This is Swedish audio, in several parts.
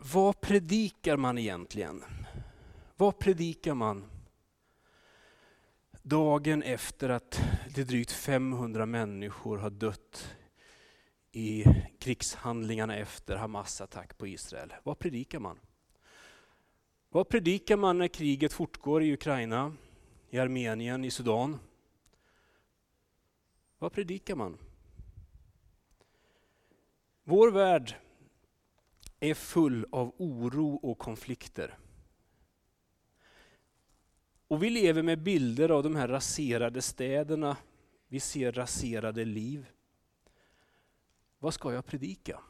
Vad predikar man egentligen? Vad predikar man dagen efter att det drygt 500 människor har dött i krigshandlingarna efter Hamas attack på Israel? Vad predikar man? Vad predikar man när kriget fortgår i Ukraina, i Armenien, i Sudan? Vad predikar man? Vår värld är full av oro och konflikter. Och vi lever med bilder av de här raserade städerna. Vi ser raserade liv. Vad ska jag predika?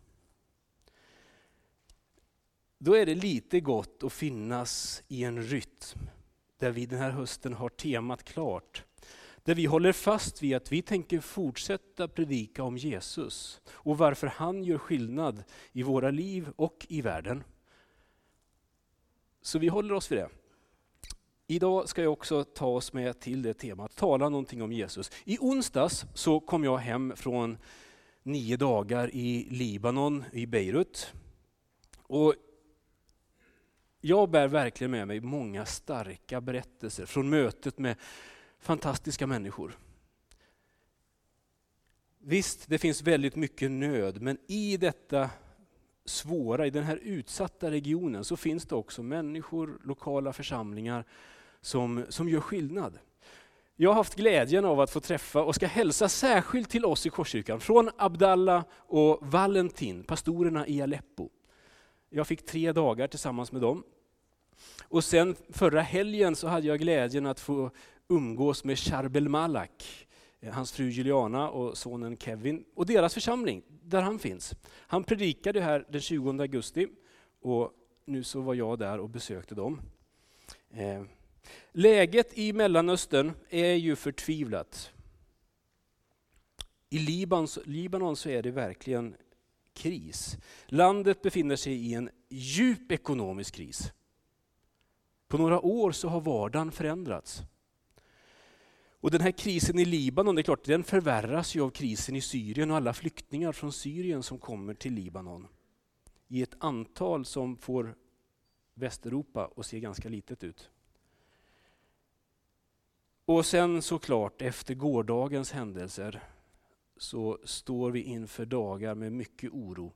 Då är det lite gott att finnas i en rytm där vi den här hösten har temat klart. Där vi håller fast vid att vi tänker fortsätta predika om Jesus och varför han gör skillnad i våra liv och i världen. Så vi håller oss vid det. Idag ska jag också ta oss med till det temat, tala någonting om Jesus. I onsdags så kom jag hem från 9 dagar i Libanon, i Beirut. Och jag bär verkligen med mig många starka berättelser från mötet med fantastiska människor. Visst, det finns väldigt mycket nöd, men i detta svåra, i den här utsatta regionen så finns det också människor, lokala församlingar som gör skillnad. Jag har haft glädjen av att få träffa och ska hälsa särskilt till oss i Korskyrkan från Abdallah och Valentin, pastorerna i Aleppo. Jag fick 3 dagar tillsammans med dem. Och sen förra helgen så hade jag glädjen att få umgås med Charbel Malak, hans fru Juliana och sonen Kevin och deras församling där han finns. Han predikade här den 20 augusti och nu så var jag där och besökte dem. Läget i Mellanöstern är ju förtvivlat. I Libanon så är det verkligen kris. Landet befinner sig i en djup ekonomisk kris. På några år så har vardagen förändrats. Och den här krisen i Libanon, det är klart, den förvärras ju av krisen i Syrien och alla flyktingar från Syrien som kommer till Libanon. I ett antal som får Västeuropa att se ganska litet ut. Och sen såklart efter gårdagens händelser så står vi inför dagar med mycket oro.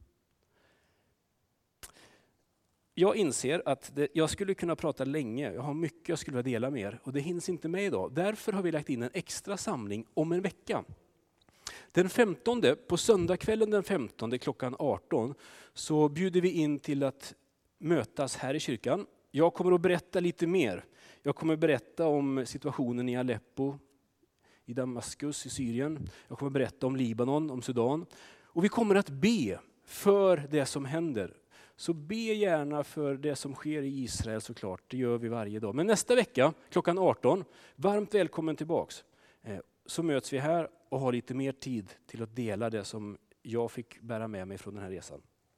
Jag inser att jag skulle kunna prata länge, jag har mycket jag skulle vilja dela med er och det hinns inte med idag. Därför har vi lagt in en extra samling om en vecka. Den 15, på söndagskvällen den 15 klockan 18 så bjuder vi in till att mötas här i kyrkan. Jag kommer att berätta lite mer. Jag kommer att berätta om situationen i Aleppo, i Damaskus, i Syrien. Jag kommer att berätta om Libanon, om Sudan. Och vi kommer att be för det som händer. Så be gärna för det som sker i Israel såklart, det gör vi varje dag. Men nästa vecka klockan 18, varmt välkommen tillbaks. Så möts vi här och har lite mer tid till att dela det som jag fick bära med mig från den här resan.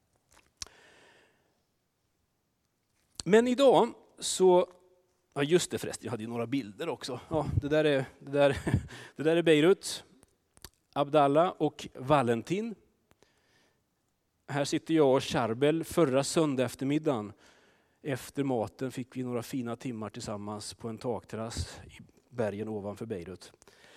Men idag så, ja just det förresten, jag hade ju några bilder också. Ja, det där är Beirut, Abdallah och Valentin. Här sitter jag och Charbel förra söndag eftermiddagen. Efter maten fick vi några fina timmar tillsammans på en takterrass i bergen ovanför Beirut.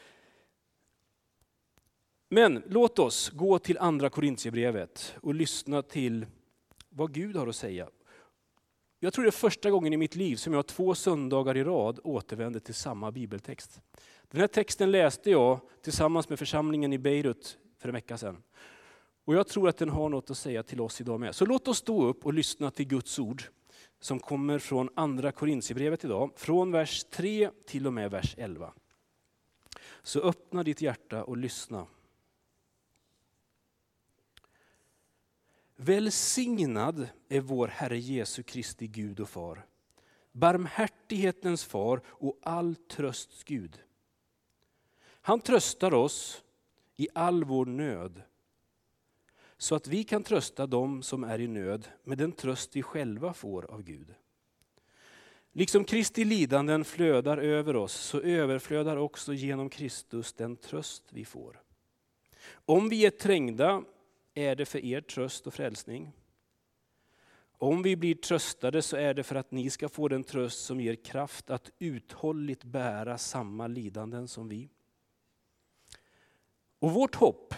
Men låt oss gå till andra Korintierbrevet och lyssna till vad Gud har att säga. Jag tror det är första gången i mitt liv som jag 2 söndagar i rad återvänder till samma bibeltext. Den här texten läste jag tillsammans med församlingen i Beirut för en vecka sedan. Och jag tror att den har något att säga till oss idag med. Så låt oss stå upp och lyssna till Guds ord som kommer från andra Korintierbrevet idag. Från vers 3 till och med vers 11. Så öppna ditt hjärta och lyssna. Välsignad är vår Herre Jesu Kristi Gud och Far. Barmhärtighetens far och all trösts Gud. Han tröstar oss i all vår nöd. Så att vi kan trösta dem som är i nöd med den tröst vi själva får av Gud. Liksom Kristi lidanden flödar över oss så överflödar också genom Kristus den tröst vi får. Om vi är trängda är det för er tröst och frälsning. Om vi blir tröstade så är det för att ni ska få den tröst som ger kraft att uthålligt bära samma lidanden som vi. Och vårt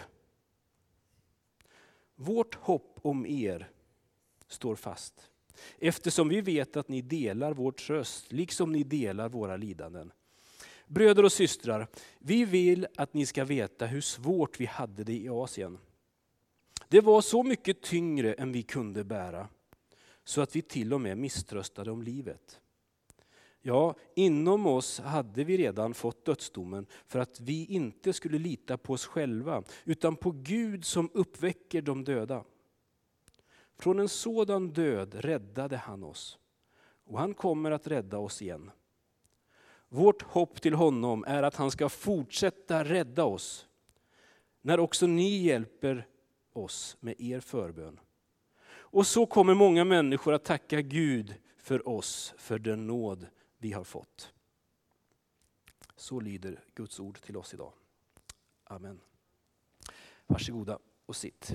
hopp om er står fast. Eftersom vi vet att ni delar vår tröst, liksom ni delar våra lidanden. Bröder och systrar, vi vill att ni ska veta hur svårt vi hade det i Asien. Det var så mycket tyngre än vi kunde bära, så att vi till och med misströstade om livet. Ja, inom oss hade vi redan fått dödsdomen för att vi inte skulle lita på oss själva, utan på Gud som uppväcker de döda. Från en sådan död räddade han oss, och han kommer att rädda oss igen. Vårt hopp till honom är att han ska fortsätta rädda oss, när också ni hjälper oss med er förbön. Och så kommer många människor att tacka Gud för oss, för den nåd vi har fått. Så lyder Guds ord till oss idag. Amen. Varsågoda och sitt.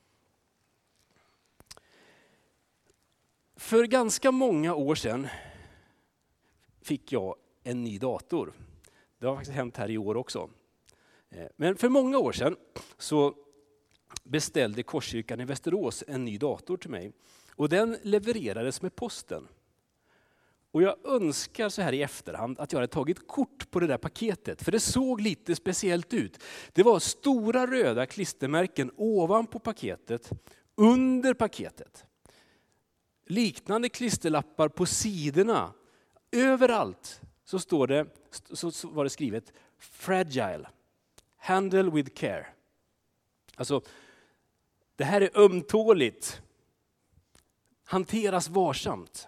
För ganska många år sedan fick jag en ny dator. Det har faktiskt hänt här i år också. Men för många år sedan så beställde Korskyrkan i Västerås en ny dator till mig. Och den levererades med posten. Och jag önskar så här i efterhand att jag hade tagit kort på det där paketet. För det såg lite speciellt ut. Det var stora röda klistermärken ovanpå paketet, under paketet. Liknande klisterlappar på sidorna. Överallt så var det skrivet fragile, handle with care. Alltså, det här är ömtåligt. Hanteras varsamt.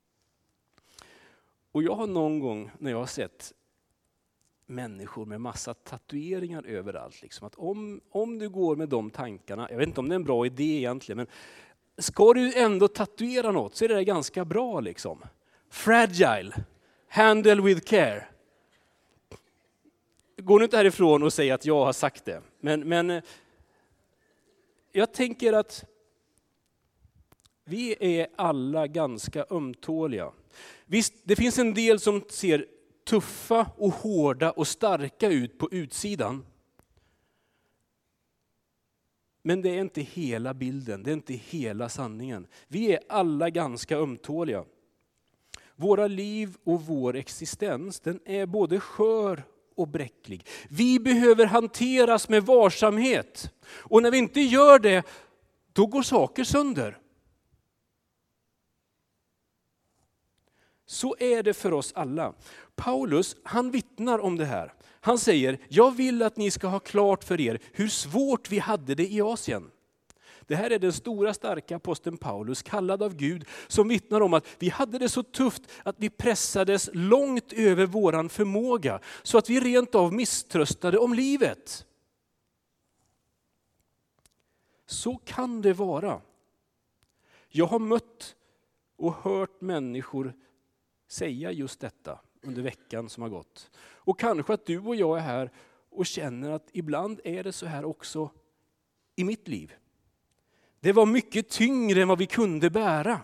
Och jag har någon gång när jag har sett människor med massa tatueringar överallt. Liksom, att om du går med de tankarna, jag vet inte om det är en bra idé egentligen, men ska du ändå tatuera något så är det ganska bra. Liksom. Fragile, handle with care. Gå nu inte härifrån och säg att jag har sagt det. Men jag tänker att vi är alla ganska ömtåliga. Visst, det finns en del som ser tuffa och hårda och starka ut på utsidan. Men det är inte hela bilden, det är inte hela sanningen. Vi är alla ganska ömtåliga. Våra liv och vår existens, den är både skör och bräcklig. Vi behöver hanteras med varsamhet. Och när vi inte gör det, då går saker sönder. Så är det för oss alla. Paulus, han vittnar om det här. Han säger, jag vill att ni ska ha klart för er hur svårt vi hade det i Asien. Det här är den stora starka aposteln Paulus, kallad av Gud, som vittnar om att vi hade det så tufft att vi pressades långt över våran förmåga, så att vi rent av misströstade om livet. Så kan det vara. Jag har mött och hört människor säga just detta under veckan som har gått. Och kanske att du och jag är här och känner att ibland är det så här också i mitt liv. Det var mycket tyngre än vad vi kunde bära.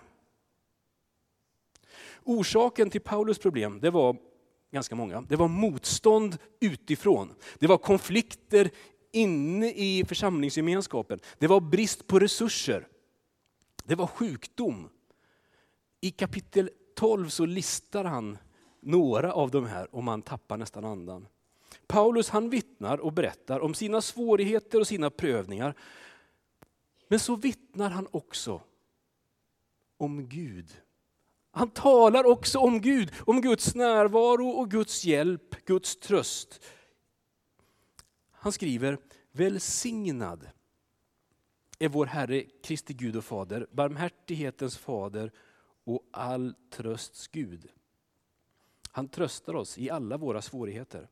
Orsaken till Paulus problem, det var ganska många. Det var motstånd utifrån. Det var konflikter inne i församlingsgemenskapen. Det var brist på resurser. Det var sjukdom. I kapitel 12 så listar han några av de här och man tappar nästan andan. Paulus, han vittnar och berättar om sina svårigheter och sina prövningar. Men så vittnar han också om Gud. Han talar också om Gud, om Guds närvaro och Guds hjälp, Guds tröst. Han skriver, välsignad är vår Herre Kristi Gud och Fader, barmhärtighetens Fader och all trösts Gud. Han tröstar oss i alla våra svårigheter.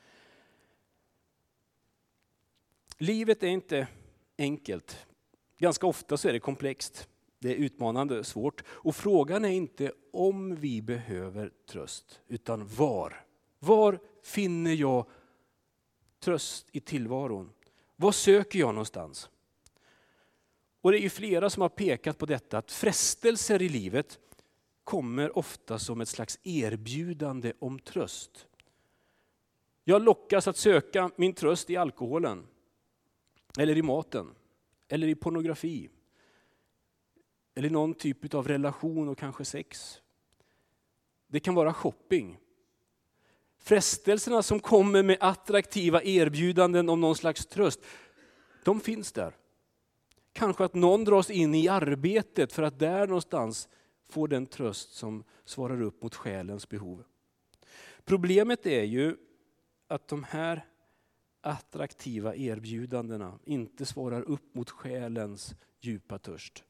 Livet är inte enkelt. Ganska ofta så är det komplext. Det är utmanande, svårt. Och frågan är inte om vi behöver tröst, utan var. Var finner jag tröst i tillvaron? Vad söker jag någonstans? Och det är ju flera som har pekat på detta, att frestelser i livet kommer ofta som ett slags erbjudande om tröst. Jag lockas att söka min tröst i alkoholen, eller i maten, eller i pornografi, eller någon typ av relation och kanske sex. Det kan vara shopping. Frestelserna som kommer med attraktiva erbjudanden om någon slags tröst, de finns där. Kanske att någon dras in i arbetet för att där någonstans få den tröst som svarar upp mot själens behov. Problemet är ju att de här attraktiva erbjudandena inte svarar upp mot själens djupa törst.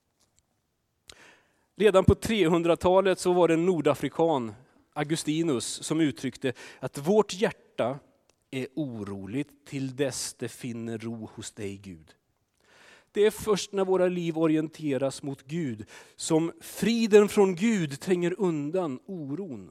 Redan på 300-talet så var det en nordafrikan, Augustinus, som uttryckte att vårt hjärta är oroligt till dess det finner ro hos dig, Gud. Det är först när våra liv orienteras mot Gud som friden från Gud tränger undan oron.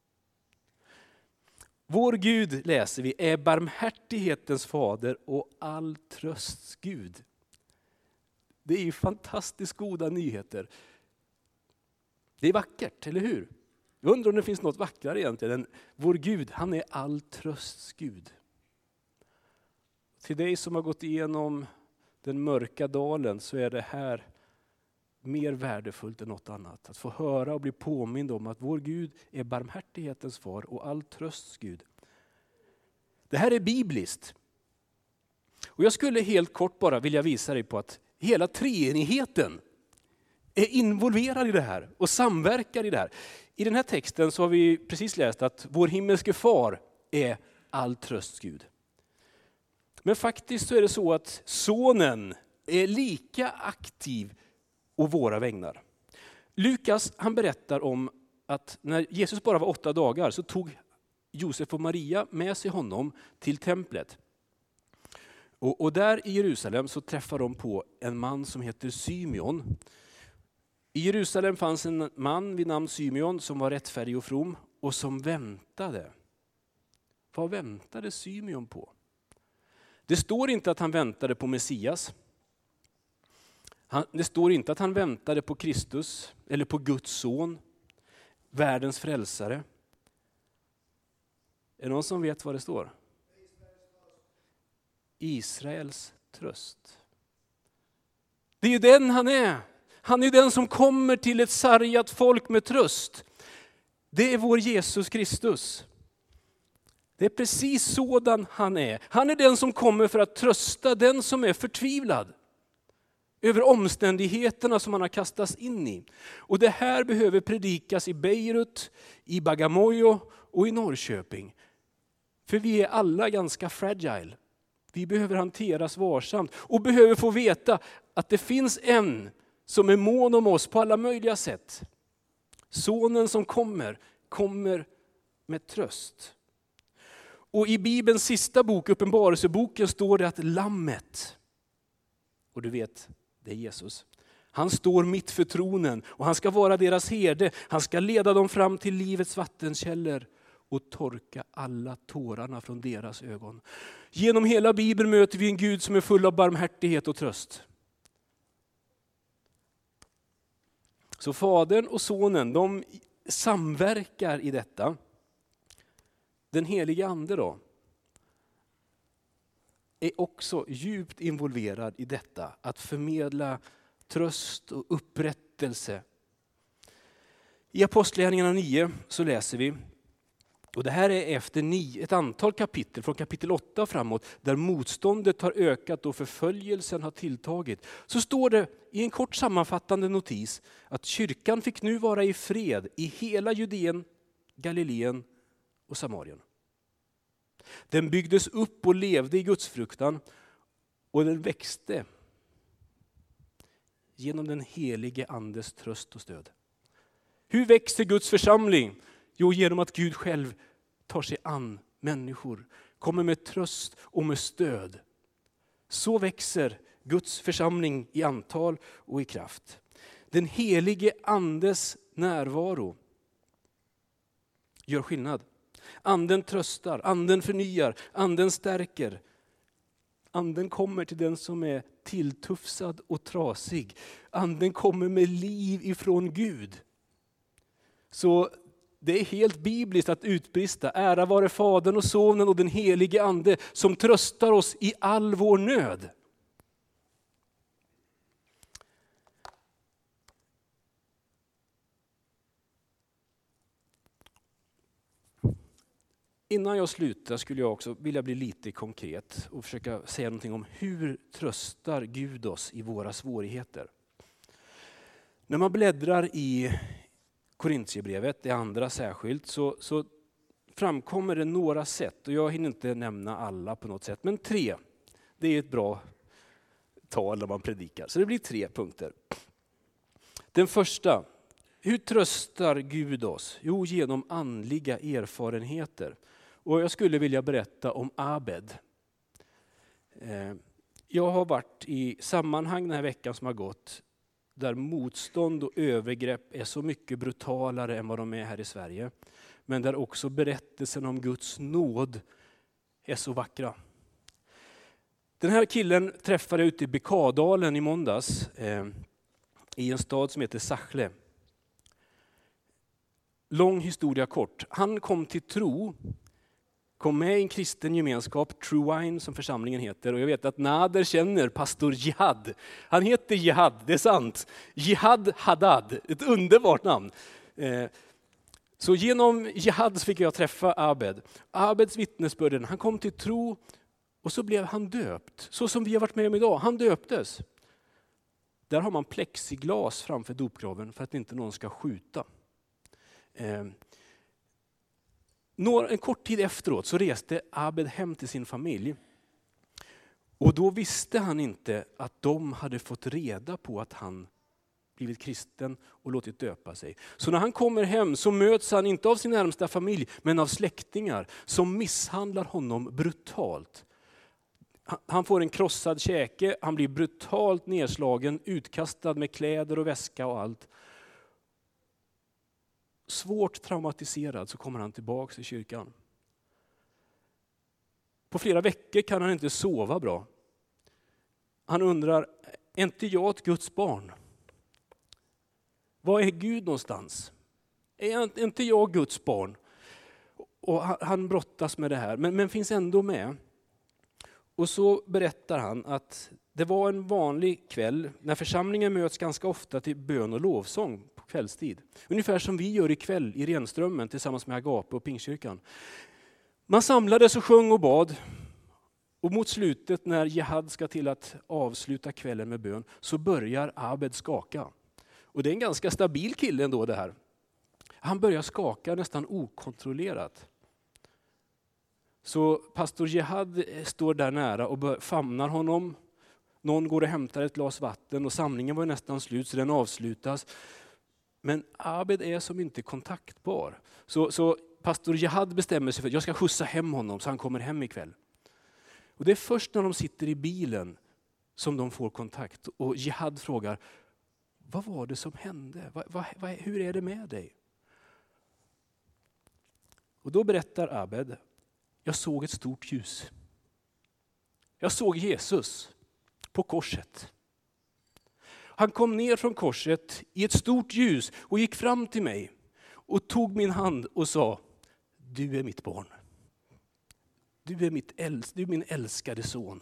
Vår Gud, läser vi, är barmhärtighetens fader och all trösts Gud. Det är ju fantastiskt goda nyheter. Det är vackert, eller hur? Jag undrar om det finns något vackrare egentligen. Vår Gud, han är all trösts Gud. Till dig som har gått igenom den mörka dalen så är det här mer värdefullt än något annat. Att få höra och bli påmind om att vår Gud är barmhärtighetens far och all trösts Gud. Det här är bibliskt. Och jag skulle helt kort bara vilja visa dig på att hela treenigheten är involverad i det här och samverkar i det här. I den här texten så har vi precis läst att vår himmelske far är all trösts Gud. Men faktiskt så är det så att sonen är lika aktiv å våra vägnar. Lukas, han berättar om att när Jesus bara var 8 dagar så tog Josef och Maria med sig honom till templet. Och där i Jerusalem så träffar de på en man som heter Symeon. I Jerusalem fanns en man vid namn Symeon som var rättfärdig och from och som väntade. Vad väntade Symeon på? Det står inte att han väntade på Messias. Det står inte att han väntade på Kristus eller på Guds son, världens frälsare. Är det någon som vet vad det står? Israels tröst. Det är ju den han är. Han är den som kommer till ett sargat folk med tröst. Det är vår Jesus Kristus. Det är precis sådan han är. Han är den som kommer för att trösta den som är förtvivlad över omständigheterna som han har kastats in i. Och det här behöver predikas i Beirut, i Bagamoyo och i Norrköping. För vi är alla ganska fragile. Vi behöver hanteras varsamt och behöver få veta att det finns en som är mån om oss på alla möjliga sätt. Sonen som kommer med tröst. Och i Bibelns sista bok, Uppenbarelseboken, står det att lammet, och du vet, det är Jesus. Han står mitt för tronen och han ska vara deras herde. Han ska leda dem fram till livets vattenkällor och torka alla tårarna från deras ögon. Genom hela Bibeln möter vi en Gud som är full av barmhärtighet och tröst. Så fadern och sonen, de samverkar i detta. Den helige ande då är också djupt involverad i detta. Att förmedla tröst och upprättelse. I Apostlagärningarna 9 så läser vi, och det här är efter ett antal kapitel, från kapitel 8 framåt, där motståndet har ökat och förföljelsen har tilltagit. Så står det i en kort sammanfattande notis att kyrkan fick nu vara i fred i hela Judeen, Galileen och Samarien. Den byggdes upp och levde i Guds fruktan och den växte genom den helige andes tröst och stöd. Hur växer Guds församling? Jo, genom att Gud själv tar sig an människor, kommer med tröst och med stöd. Så växer Guds församling i antal och i kraft. Den helige andes närvaro gör skillnad. Anden tröstar, anden förnyar, anden stärker. Anden kommer till den som är tilltufsad och trasig. Anden kommer med liv ifrån Gud. Så det är helt bibliskt att utbrista: ära vare Fadern och Sonen och den helige Ande som tröstar oss i all vår nöd. Innan jag slutar skulle jag också vilja bli lite konkret och försöka säga någonting om hur tröstar Gud oss i våra svårigheter. När man bläddrar i Korintierbrevet, det andra särskilt, så framkommer det några sätt. Och jag hinner inte nämna alla på något sätt, men 3. Det är ett bra tal när man predikar. Så det blir 3 punkter. Den första: hur tröstar Gud oss? Jo, genom andliga erfarenheter. Och jag skulle vilja berätta om Abed. Jag har varit i sammanhang den här veckan som har gått där motstånd och övergrepp är så mycket brutalare än vad de är här i Sverige. Men där också berättelsen om Guds nåd är så vackra. Den här killen träffade jag ute i Bekadalen i måndags i en stad som heter Säffle. Lång historia kort. Han kom till tro, kom med i en kristen gemenskap, True Wine som församlingen heter. Och jag vet att Nader känner pastor Jihad. Han heter Jihad, det är sant. Jihad Haddad, ett underbart namn. Så genom Jihad fick jag träffa Abed. Abeds vittnesbörden, han kom till tro och så blev han döpt. Så som vi har varit med om idag, han döptes. Där har man plexiglas framför dopgraven för att inte någon ska skjuta. En kort tid efteråt så reste Abed hem till sin familj. Och då visste han inte att de hade fått reda på att han blivit kristen och låtit döpa sig. Så när han kommer hem så möts han inte av sin närmsta familj men av släktingar som misshandlar honom brutalt. Han får en krossad käke, han blir brutalt nedslagen, utkastad med kläder och väska och allt. Svårt traumatiserad så kommer han tillbaka till kyrkan. På flera veckor kan han inte sova bra. Han undrar, är inte jag ett Guds barn? Var är Gud någonstans? Är inte jag Guds barn? Och han brottas med det här, men finns ändå med. Och så berättar han att det var en vanlig kväll när församlingen möts ganska ofta till bön och lovsång på kvällstid. Ungefär som vi gör ikväll i Renströmmen tillsammans med Agape och Pingstkyrkan. Man samlades och sjöng och bad. Och mot slutet när Jihad ska till att avsluta kvällen med bön så börjar Abed skaka. Och det är en ganska stabil kille ändå det här. Han börjar skaka nästan okontrollerat. Så pastor Jihad står där nära och famnar honom. Någon går och hämtar ett glas vatten och samlingen var nästan slut så den avslutas. Men Abed är som inte kontaktbar. Så pastor Jihad bestämmer sig för att jag ska skjutsa hem honom så han kommer hem ikväll. Och det är först när de sitter i bilen som de får kontakt. Och Jihad frågar, vad var det som hände? Hur är det med dig? Och då berättar Abed, jag såg ett stort ljus. Jag såg Jesus på korset. Han kom ner från korset i ett stort ljus och gick fram till mig och tog min hand och sa, du är mitt barn. Du är min älskade son.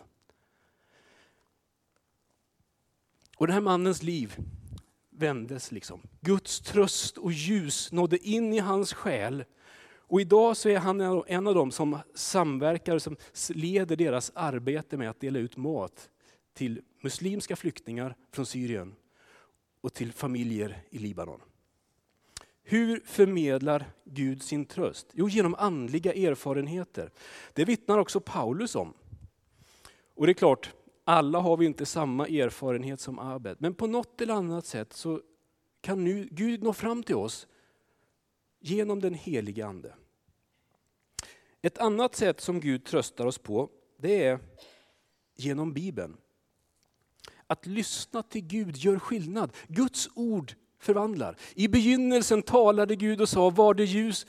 Och den här mannens liv vändes liksom. Guds tröst och ljus nådde in i hans själ. Och idag så är han en av dem som samverkar, som leder deras arbete med att dela ut mat till muslimska flyktingar från Syrien och till familjer i Libanon. Hur förmedlar Gud sin tröst? Jo, genom andliga erfarenheter. Det vittnar också Paulus om. Och det är klart, alla har vi inte samma erfarenhet som Abed. Men på något eller annat sätt så kan nu Gud nå fram till oss genom den helige Ande. Ett annat sätt som Gud tröstar oss på, det är genom Bibeln. Att lyssna till Gud gör skillnad. Guds ord förvandlar. I begynnelsen talade Gud och sa, var det ljus?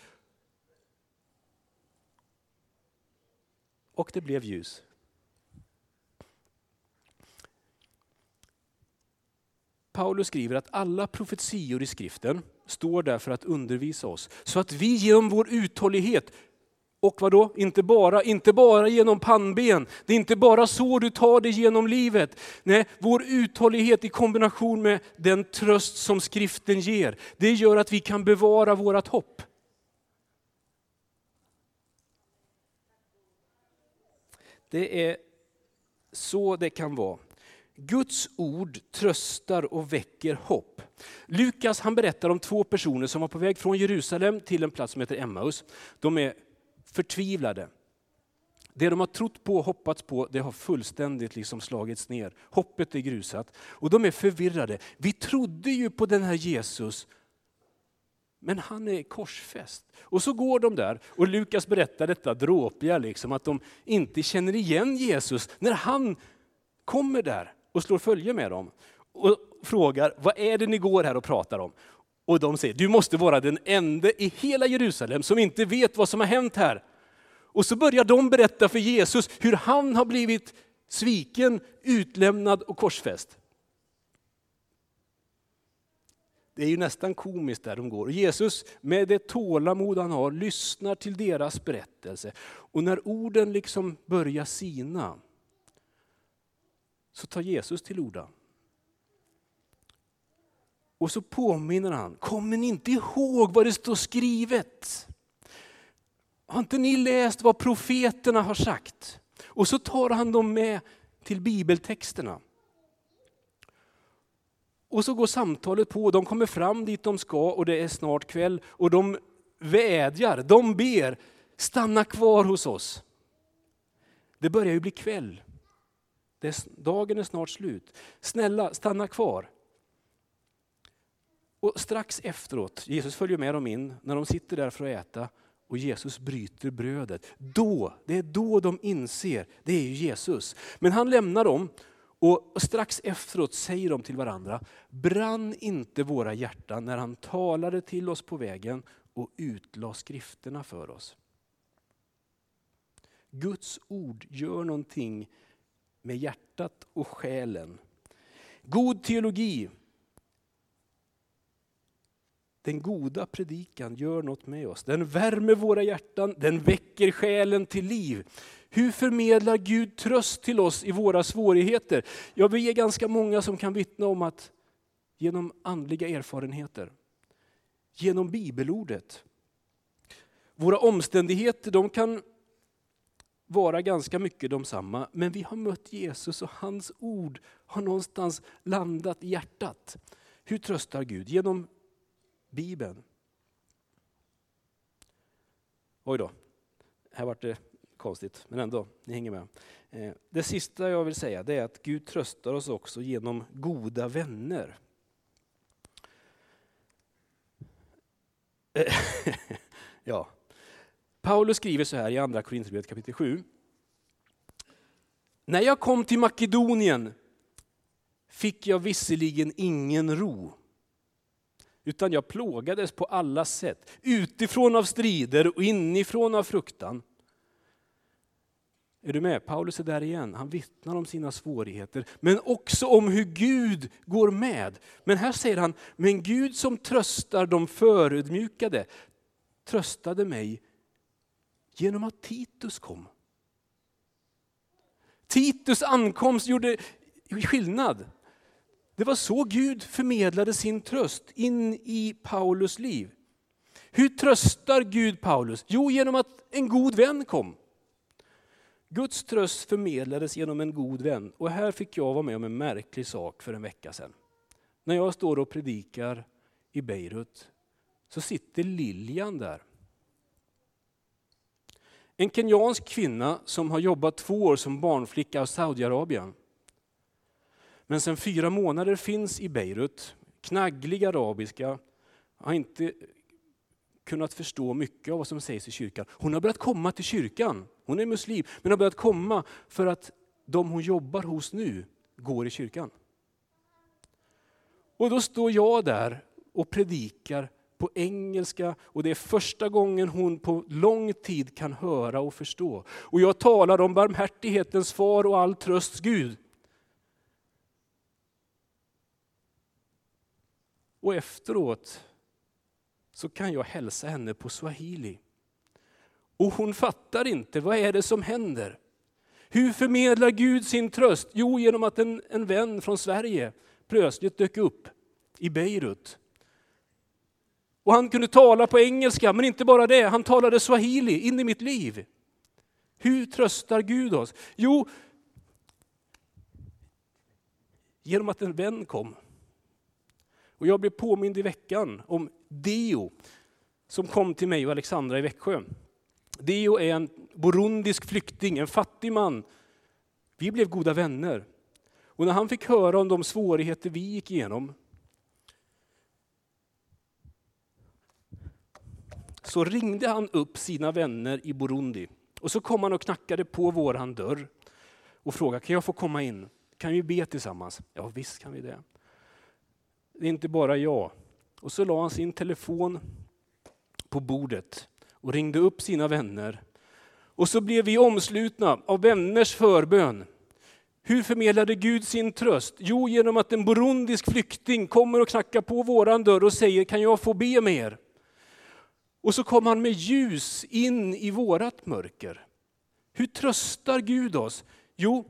Och det blev ljus. Paulus skriver att alla profetior i skriften står där för att undervisa oss. Så att vi genom vår uthållighet, och vad då? Inte bara genom pannben. Det är inte bara så du tar dig genom livet. Nej, vår uthållighet i kombination med den tröst som skriften ger, det gör att vi kan bevara vårat hopp. Det är så det kan vara. Guds ord tröstar och väcker hopp. Lukas, han berättar om 2 personer som var på väg från Jerusalem till en plats som heter Emmaus. De är förtvivlade. Det de har trott på och hoppats på, det har fullständigt slagits ner. Hoppet är grusat och de är förvirrade. Vi trodde ju på den här Jesus, men han är korsfäst. Och så går de där och Lukas berättar detta dråpliga att de inte känner igen Jesus när han kommer där och slår följe med dem. Och frågar, vad är det ni går här och pratar om? Och de säger, du måste vara den enda i hela Jerusalem som inte vet vad som har hänt här. Och så börjar de berätta för Jesus hur han har blivit sviken, utlämnad och korsfäst. Det är ju nästan komiskt där de går. Och Jesus, med det tålamod han har, lyssnar till deras berättelse. Och när orden börjar sina, så tar Jesus till orda. Och så påminner han, kommer ni inte ihåg vad det står skrivet? Har inte ni läst vad profeterna har sagt? Och så tar han dem med till bibeltexterna. Och så går samtalet på, de kommer fram dit de ska och det är snart kväll. Och de vädjar, de ber, stanna kvar hos oss. Det börjar ju bli kväll. Dagen är snart slut. Snälla, stanna kvar. Och strax efteråt, Jesus följer med dem in när de sitter där för att äta och Jesus bryter brödet. Det är då de inser, det är ju Jesus. Men han lämnar dem och strax efteråt säger de till varandra, brann inte våra hjärtan när han talade till oss på vägen och utlade skrifterna för oss. Guds ord gör någonting med hjärtat och själen. God teologi, den goda predikan gör något med oss. Den värmer våra hjärtan, den väcker själen till liv. Hur förmedlar Gud tröst till oss i våra svårigheter? Ja, vi är ganska många som kan vittna om att genom andliga erfarenheter, genom bibelordet. Våra omständigheter, de kan vara ganska mycket de samma, men vi har mött Jesus och hans ord har någonstans landat i hjärtat. Hur tröstar Gud? Genom Bibeln. Oj då, här var det konstigt, men ändå, ni hänger med. Det sista jag vill säga, det är att Gud tröstar oss också genom goda vänner. Ja. Paulus skriver så här i andra Korinthierbrevet kapitel 7. När jag kom till Makedonien fick jag visserligen ingen ro, utan jag plågades på alla sätt, utifrån av strider och inifrån av fruktan. Är du med? Paulus är där igen. Han vittnar om sina svårigheter, men också om hur Gud går med. Men här säger han, men Gud som tröstar de förödmjukade tröstade mig genom att Titus kom. Titus ankomst gjorde skillnad. Det var så Gud förmedlade sin tröst in i Paulus liv. Hur tröstar Gud Paulus? Jo, genom att en god vän kom. Guds tröst förmedlades genom en god vän. Och här fick jag vara med om en märklig sak för en vecka sedan. När jag står och predikar i Beirut så sitter Lilian där. En kenyansk kvinna som har jobbat 2 år som barnflicka i Saudiarabien. Men sedan 4 månader finns i Beirut, knagglig arabiska, har inte kunnat förstå mycket av vad som sägs i kyrkan. Hon har börjat komma till kyrkan, hon är muslim, men har börjat komma för att de hon jobbar hos nu går i kyrkan. Och då står jag där och predikar på engelska och det är första gången hon på lång tid kan höra och förstå. Och jag talar om barmhärtighetens far och all trösts Gud. Och efteråt så kan jag hälsa henne på swahili. Och hon fattar inte, vad är det som händer? Hur förmedlar Gud sin tröst? Jo, genom att en vän från Sverige plötsligt dök upp i Beirut. Och han kunde tala på engelska, men inte bara det, han talade swahili in i mitt liv. Hur tröstar Gud oss? Jo, genom att en vän kom. Och jag blev påmind i veckan om Deo som kom till mig och Alexandra i Växjö. Deo är en burundisk flykting, en fattig man. Vi blev goda vänner. Och när han fick höra om de svårigheter vi gick igenom, så ringde han upp sina vänner i Burundi. Och så kom han och knackade på våran dörr och frågade, kan jag få komma in? Kan vi be tillsammans? Ja, visst kan vi det. Det är inte bara jag. Och så la han sin telefon på bordet och ringde upp sina vänner. Och så blev vi omslutna av vänners förbön. Hur förmedlade Gud sin tröst? Jo, genom att en burundisk flykting kommer och knackar på våran dörr och säger, kan jag få be med er? Och så kom han med ljus in i vårat mörker. Hur tröstar Gud oss? Jo,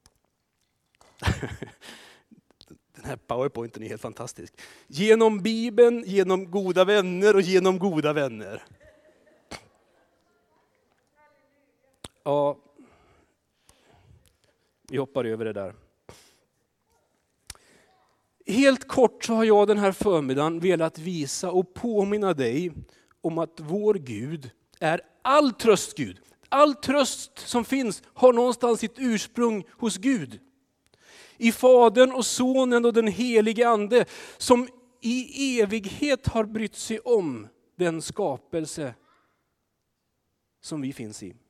den här PowerPointen är helt fantastisk. Genom Bibeln, genom goda vänner och genom goda vänner. Ja, vi hoppar över det där. Helt kort så har jag den här förmiddagen velat visa och påminna dig om att vår Gud är all tröst Gud. All tröst som finns har någonstans sitt ursprung hos Gud. I Fadern och Sonen och den helige Ande som i evighet har brytt sig om den skapelse som vi finns i.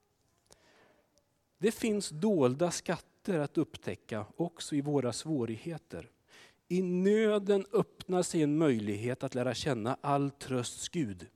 Det finns dolda skatter att upptäcka också i våra svårigheter. I nöden öppnar sig en möjlighet att lära känna all trösts Gud.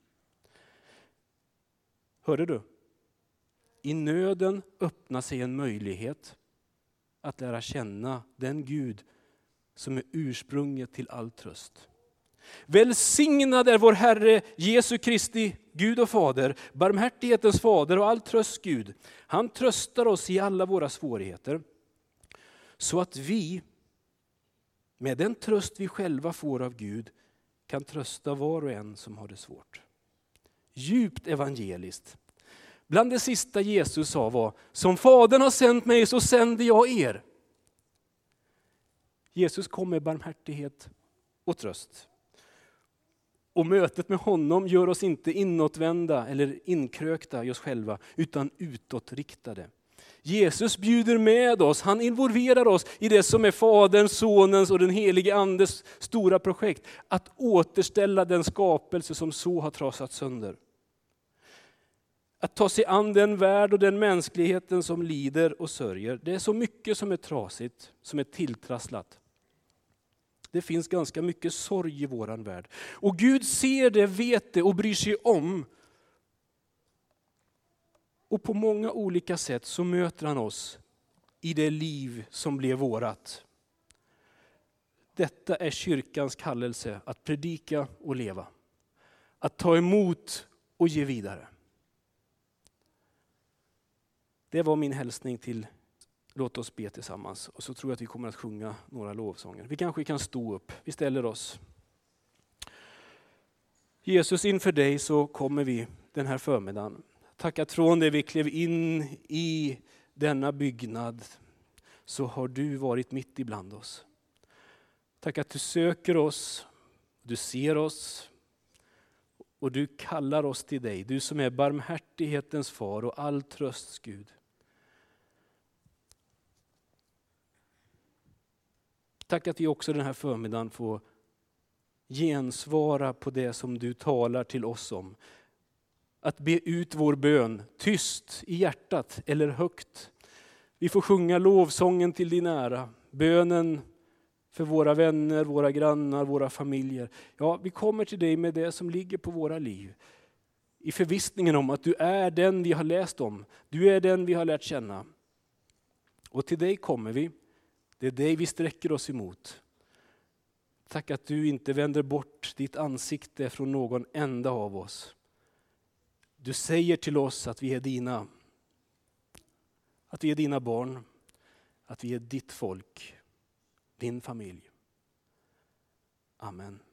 Hörde du? I nöden öppnar sig en möjlighet att lära känna den Gud som är ursprunget till all tröst. Välsignad är vår Herre Jesu Kristi Gud och Fader, barmhärtighetens Fader och all tröst Gud. Han tröstar oss i alla våra svårigheter så att vi med den tröst vi själva får av Gud kan trösta var och en som har det svårt. Djupt evangeliskt. Bland det sista Jesus sa var, som Fadern har sänt mig så sänder jag er. Jesus kom med barmhärtighet och tröst. Och mötet med honom gör oss inte inåtvända eller inkrökta i oss själva, utan utåtriktade. Jesus bjuder med oss, han involverar oss i det som är Faderns, Sonens och den helige Andes stora projekt. Att återställa den skapelse som så har trasat sönder. Att ta sig an den värld och den mänskligheten som lider och sörjer. Det är så mycket som är trasigt, som är tilltrasslat. Det finns ganska mycket sorg i våran värld. Och Gud ser det, vet det och bryr sig om. Och på många olika sätt så möter han oss i det liv som blev vårat. Detta är kyrkans kallelse att predika och leva. Att ta emot och ge vidare. Det var min hälsning till låt oss be tillsammans. Och så tror jag att vi kommer att sjunga några lovsånger. Vi kanske kan stå upp. Vi ställer oss. Jesus, inför dig så kommer vi den här förmiddagen. Tack att från det vi klev in i denna byggnad så har du varit mitt ibland oss. Tack att du söker oss, du ser oss och du kallar oss till dig. Du som är barmhärtighetens far och all trösts Gud. Tack att vi också den här förmiddagen får gensvara på det som du talar till oss om. Att be ut vår bön, tyst i hjärtat eller högt. Vi får sjunga lovsången till din ära, bönen för våra vänner, våra grannar, våra familjer. Ja, vi kommer till dig med det som ligger på våra liv. I förvissningen om att du är den vi har läst om. Du är den vi har lärt känna. Och till dig kommer vi. Det är dig vi sträcker oss emot. Tack att du inte vänder bort ditt ansikte från någon enda av oss. Du säger till oss att vi är dina. Att vi är dina barn. Att vi är ditt folk. Din familj. Amen.